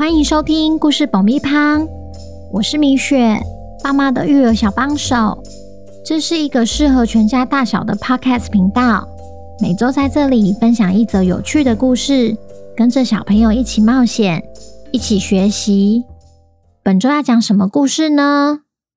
欢迎收听故事爆米花，我是米雪，爸妈的育儿小帮手。这是一个适合全家大小的 Podcast 频道，每周在这里分享一则有趣的故事，跟着小朋友一起冒险，一起学习。本周要讲什么故事呢？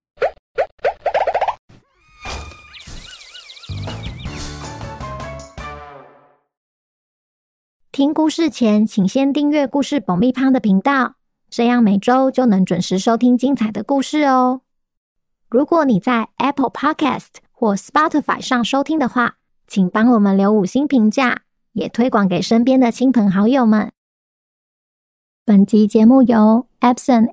听故事前，请先订阅故事爆米花的频道，这样每周就能准时收听精彩的故事哦。如果你在 Apple Podcast 或 Spotify 上收听的话，请帮我们留5星评价，也推广给身边的亲朋好友们。本集节目由 Epson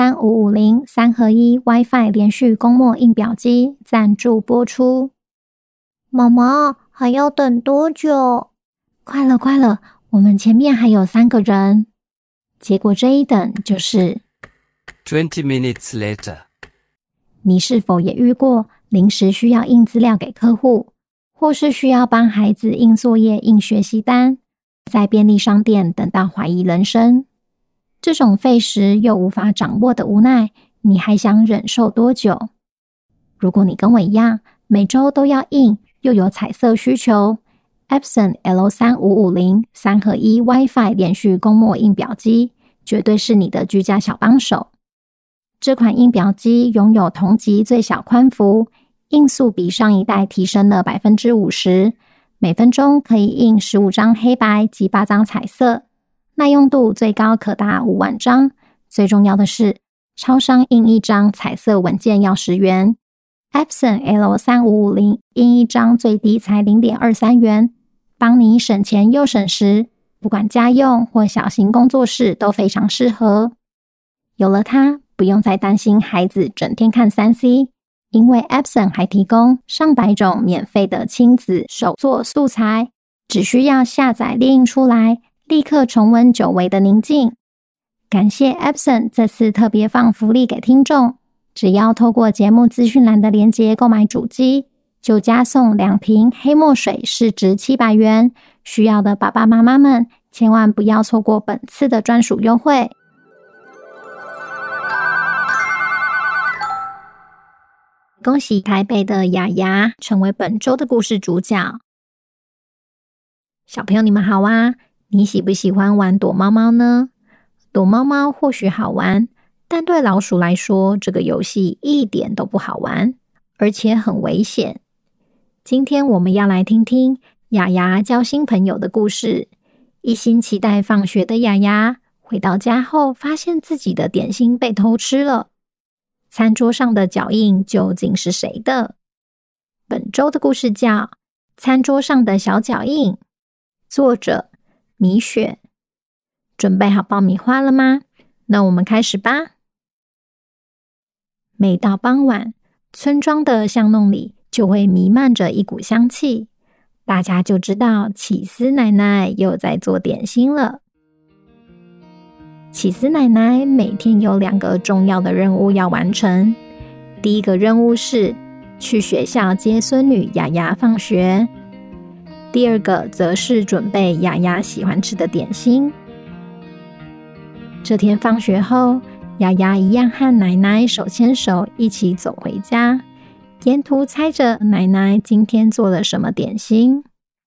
L3550 3合1 WiFi 连续供墨印表机赞助播出。妈妈，还要等多久？快了，我们前面还有3个人。结果这一等就是 20 minutes later。 你是否也遇过临时需要印资料给客户，或是需要帮孩子印作业、印学习单，在便利商店等到怀疑人生？这种费时又无法掌握的无奈，你还想忍受多久？如果你跟我一样，每周都要印，又有彩色需求， Epson L3550 3合1 WiFi 连续供墨印表机绝对是你的居家小帮手。这款印表机拥有同级最小宽幅，印速比上一代提升了 50%， 每分钟可以印15张黑白及8张彩色，耐用度最高可达5万张。最重要的是，超商印1张彩色文件要10元， Epson L3550 印1张最低才 0.23 元，帮你省钱又省时，不管家用或小型工作室都非常适合。有了它，不用再担心孩子整天看 3C， 因为 Epson 还提供上百种免费的亲子手作素材，只需要下载列印出来，立刻重温久违的宁静。感谢 Epson 这次特别放福利给听众，只要透过节目资讯栏的连结购买主机，就加送2瓶黑墨水，市值700元。需要的爸爸妈妈们千万不要错过本次的专属优惠。恭喜台北的雅雅成为本周的故事主角。小朋友你们好啊，你喜不喜欢玩躲猫猫呢？躲猫猫或许好玩，但对老鼠来说，这个游戏一点都不好玩，而且很危险。今天我们要来听听雅雅交新朋友的故事。一心期待放学的雅雅回到家后，发现自己的点心被偷吃了。餐桌上的脚印究竟是谁的？本周的故事叫《餐桌上的小脚印》，作者米雪。准备好爆米花了吗？那我们开始吧。每到傍晚，村庄的巷弄里就会弥漫着一股香气，大家就知道起司奶奶又在做点心了。起司奶奶每天有2个重要的任务要完成。第一个任务是去学校接孙女雅雅放学，第2个则是准备雅雅喜欢吃的点心。这天放学后，雅雅一样和奶奶手牵手一起走回家，沿途猜着奶奶今天做了什么点心。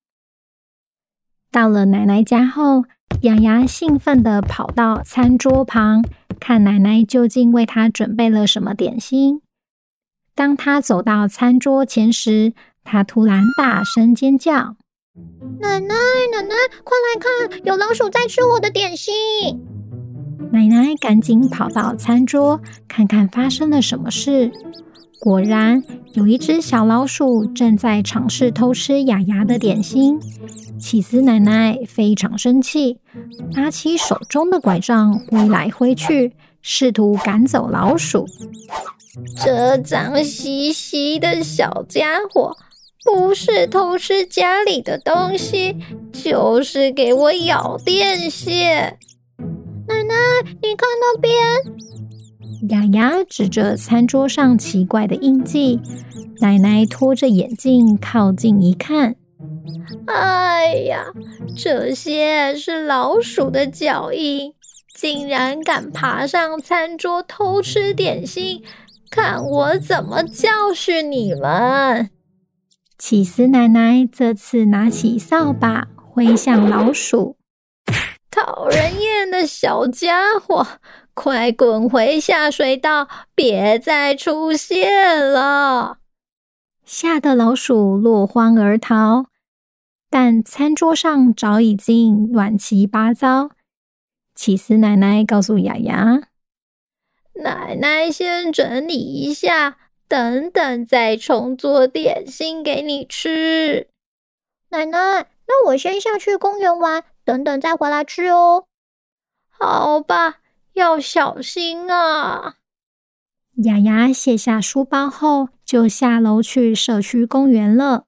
到了奶奶家后，雅雅兴奋地跑到餐桌旁，看奶奶究竟为她准备了什么点心。当她走到餐桌前时，她突然大声尖叫：奶奶，快来看，有老鼠在吃我的点心！奶奶赶紧跑到餐桌，看看发生了什么事。果然，有一只小老鼠正在尝试偷吃雅雅的点心。起司奶奶非常生气，拿起手中的拐杖挥来挥去，试图赶走老鼠。这脏兮兮的小家伙，不是偷吃家里的东西，就是给我咬电线。奶奶，你看那边。雅雅指着餐桌上奇怪的印记，奶奶拖着眼镜靠近一看，哎呀，这些是老鼠的脚印， 竟然敢爬上餐桌偷吃点心，看我怎么教训你们！起司奶奶这次拿起扫把挥向老鼠，讨人厌的小家伙，快滚回下水道，别再出现了！吓得老鼠落荒而逃，但餐桌上早已经乱七八糟。起司奶奶告诉雅雅，奶奶先整理一下，等等再重做点心给你吃。奶奶，那我先下去公园玩，等等再回来吃哦。好吧，要小心啊。雅雅卸下书包后，就下楼去社区公园了。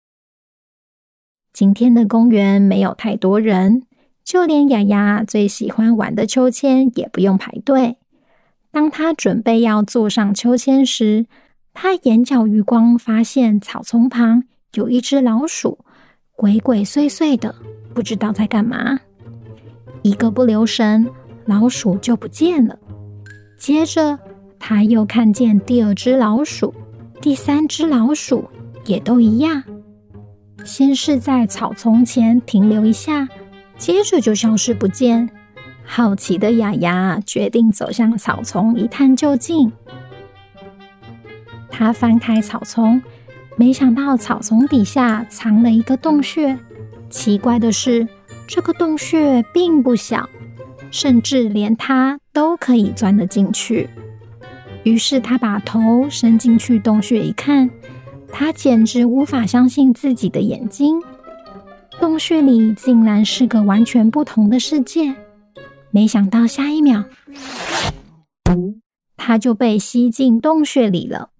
今天的公园没有太多人，就连雅雅最喜欢玩的秋千也不用排队。当她准备要坐上秋千时，她眼角余光发现草丛旁有一只老鼠，鬼鬼祟祟的，不知道在干嘛。一个不留神，老鼠就不见了。接着，她又看见第二只老鼠，第三只老鼠也都一样。先是在草丛前停留一下，接着就消失不见。好奇的雅雅决定走向草丛一探究竟。她翻开草丛，没想到草丛底下藏了一个洞穴。奇怪的是，这个洞穴并不小，甚至连她都可以钻得进去。于是她把头伸进去洞穴一看，她简直无法相信自己的眼睛。洞穴里竟然是个完全不同的世界。没想到下一秒，她就被吸进洞穴里了。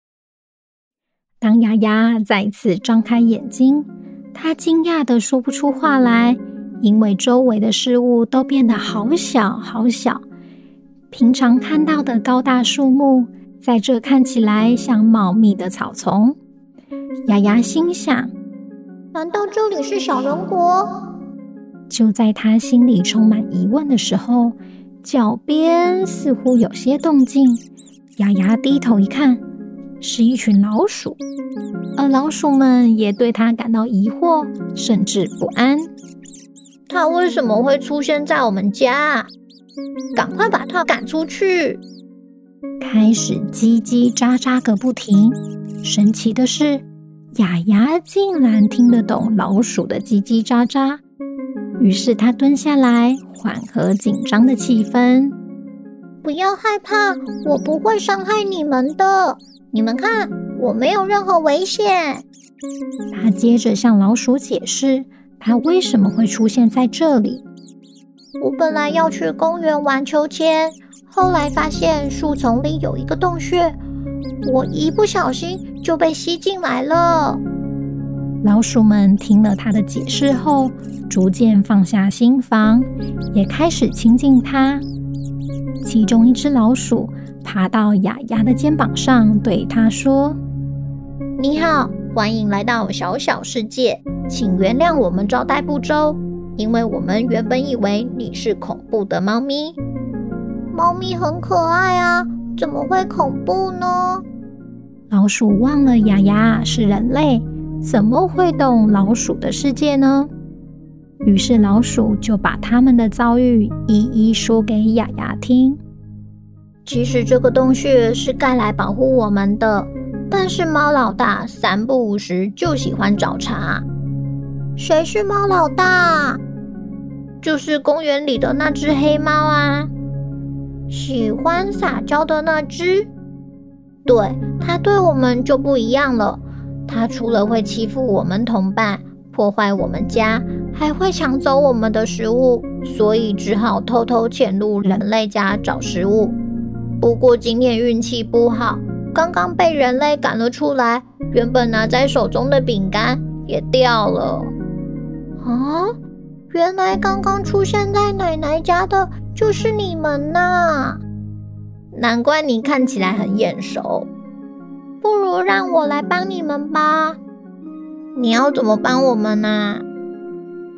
当雅雅再次张开眼睛，她惊讶地说不出话来，因为周围的事物都变得好小好小。平常看到的高大树木，在这看起来像茂密的草丛。雅雅心想，难道这里是小人国？就在她心里充满疑问的时候，脚边似乎有些动静。雅雅低头一看，是一群老鼠，而老鼠们也对她感到疑惑，甚至不安。它为什么会出现在我们家？赶快把它赶出去！开始叽叽喳喳个不停。神奇的是，雅雅竟然听得懂老鼠的叽叽喳喳。于是她蹲下来，缓和紧张的气氛。不要害怕，我不会伤害你们的。你们看，我没有任何危险。她接着向老鼠解释，她为什么会出现在这里。我本来要去公园玩秋千，后来发现树丛里有一个洞穴，我一不小心就被吸进来了。老鼠们听了他的解释后，逐渐放下心防，也开始亲近他。其中一只老鼠爬到雅雅的肩膀上，对他说：你好，欢迎来到小小世界，请原谅我们招待不周，因为我们原本以为你是恐怖的猫咪。猫咪很可爱啊，怎么会恐怖呢？老鼠忘了雅雅是人类，怎么会懂老鼠的世界呢？于是老鼠就把他们的遭遇一一说给雅雅听。其实这个洞穴是盖来保护我们的，但是猫老大三不五时就喜欢找茬。谁是猫老大？就是公园里的那只黑猫啊。喜欢撒娇的那只？对，它对我们就不一样了。它除了会欺负我们同伴，破坏我们家，还会抢走我们的食物，所以只好偷偷潜入人类家找食物。不过今天运气不好，刚刚被人类赶了出来，原本拿在手中的饼干也掉了。啊，原来刚刚出现在奶奶家的就是你们呐！难怪你看起来很眼熟。不如让我来帮你们吧。你要怎么帮我们啊？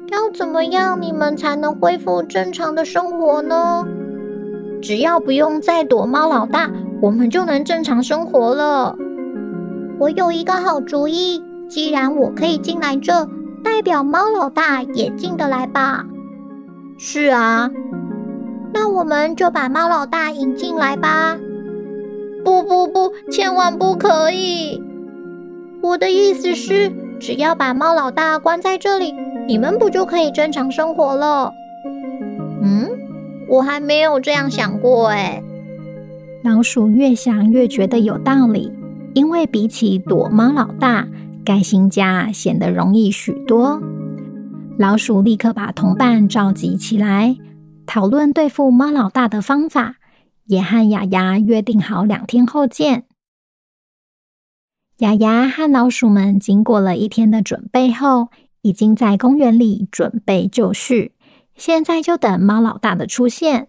要怎么样你们才能恢复正常的生活呢？只要不用再躲猫老大，我们就能正常生活了。我有一个好主意，既然我可以进来这，代表猫老大也进得来吧？是啊，那我们就把猫老大引进来吧。不，千万不可以！我的意思是，只要把猫老大关在这里，你们不就可以正常生活了？我还没有这样想过诶。 老鼠越想越觉得有道理，因为比起躲猫老大，盖新家显得容易许多。老鼠立刻把同伴召集起来，讨论对付猫老大的方法，也和雅雅约定好2天后见。雅雅和老鼠们经过了1天的准备后，已经在公园里准备就绪，现在就等猫老大的出现。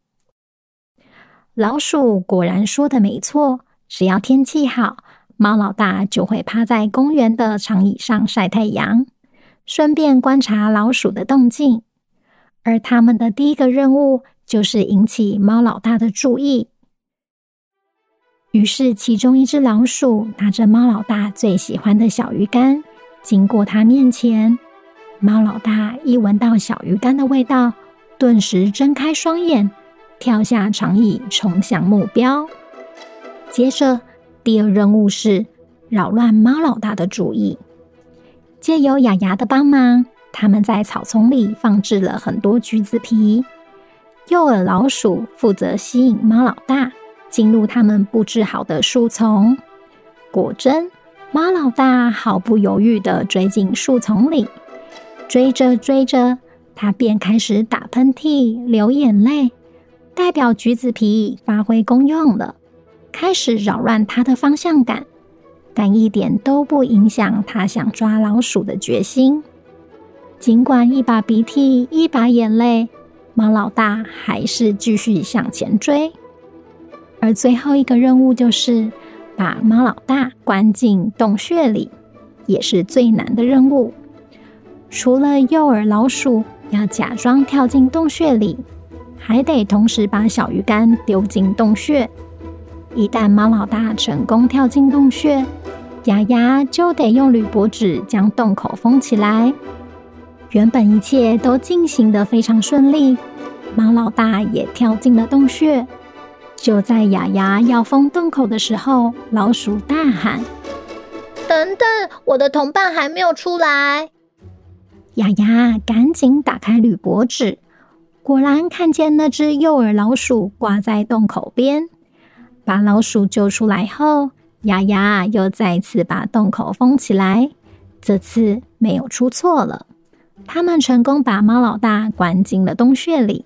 老鼠果然说的没错，只要天气好，猫老大就会趴在公园的长椅上晒太阳，顺便观察老鼠的动静。而他们的第一个任务就是引起猫老大的注意。于是其中一只老鼠拿着猫老大最喜欢的小鱼干，经过他面前。猫老大一闻到小鱼干的味道，顿时睁开双眼，跳下长椅，冲向目标。接着，第2任务是扰乱猫老大的注意。借由雅雅的帮忙，他们在草丛里放置了很多橘子皮。诱饵老鼠负责吸引猫老大进入他们布置好的树丛。果真，猫老大毫不犹豫地追进树丛里。追着，他便开始打喷嚏、流眼泪，代表橘子皮发挥功用了，开始扰乱他的方向感，但一点都不影响他想抓老鼠的决心。尽管一把鼻涕一把眼泪，猫老大还是继续向前追。而最后一个任务就是把猫老大关进洞穴里，也是最难的任务。除了诱饵老鼠要假装跳进洞穴里，还得同时把小鱼干丢进洞穴。一旦猫老大成功跳进洞穴，雅雅就得用铝箔纸将洞口封起来。原本一切都进行得非常顺利，猫老大也跳进了洞穴。就在雅雅要封洞口的时候，老鼠大喊： 等等，我的同伴还没有出来！ 雅雅赶紧打开铝箔纸，果然看见那只诱饵老鼠挂在洞口边。把老鼠救出来后，雅雅又再次把洞口封起来，这次没有出错了。他们成功把猫老大关进了洞穴里。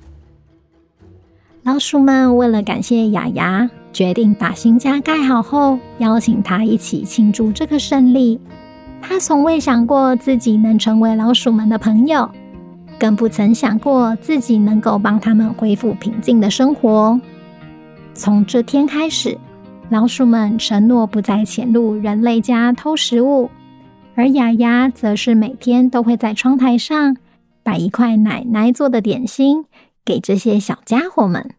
老鼠们为了感谢雅雅，决定把新家盖好后，邀请她一起庆祝这个胜利。他从未想过自己能成为老鼠们的朋友，更不曾想过自己能够帮他们恢复平静的生活。从这天开始，老鼠们承诺不再潜入人类家偷食物，而雅雅则是每天都会在窗台上摆一块奶奶做的点心给这些小家伙们。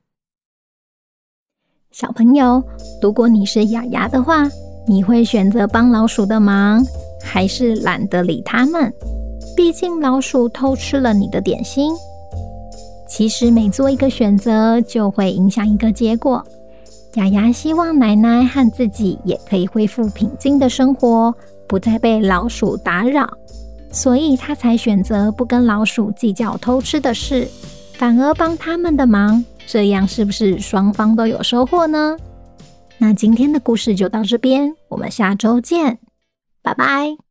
小朋友，如果你是雅雅的话，你会选择帮老鼠的忙，还是懒得理他们？毕竟老鼠偷吃了你的点心。其实每做一个选择，就会影响一个结果。雅雅希望奶奶和自己也可以恢复平静的生活，不再被老鼠打扰，所以她才选择不跟老鼠计较偷吃的事，反而帮他们的忙。这样是不是双方都有收获呢？那今天的故事就到这边，我们下周见，拜拜。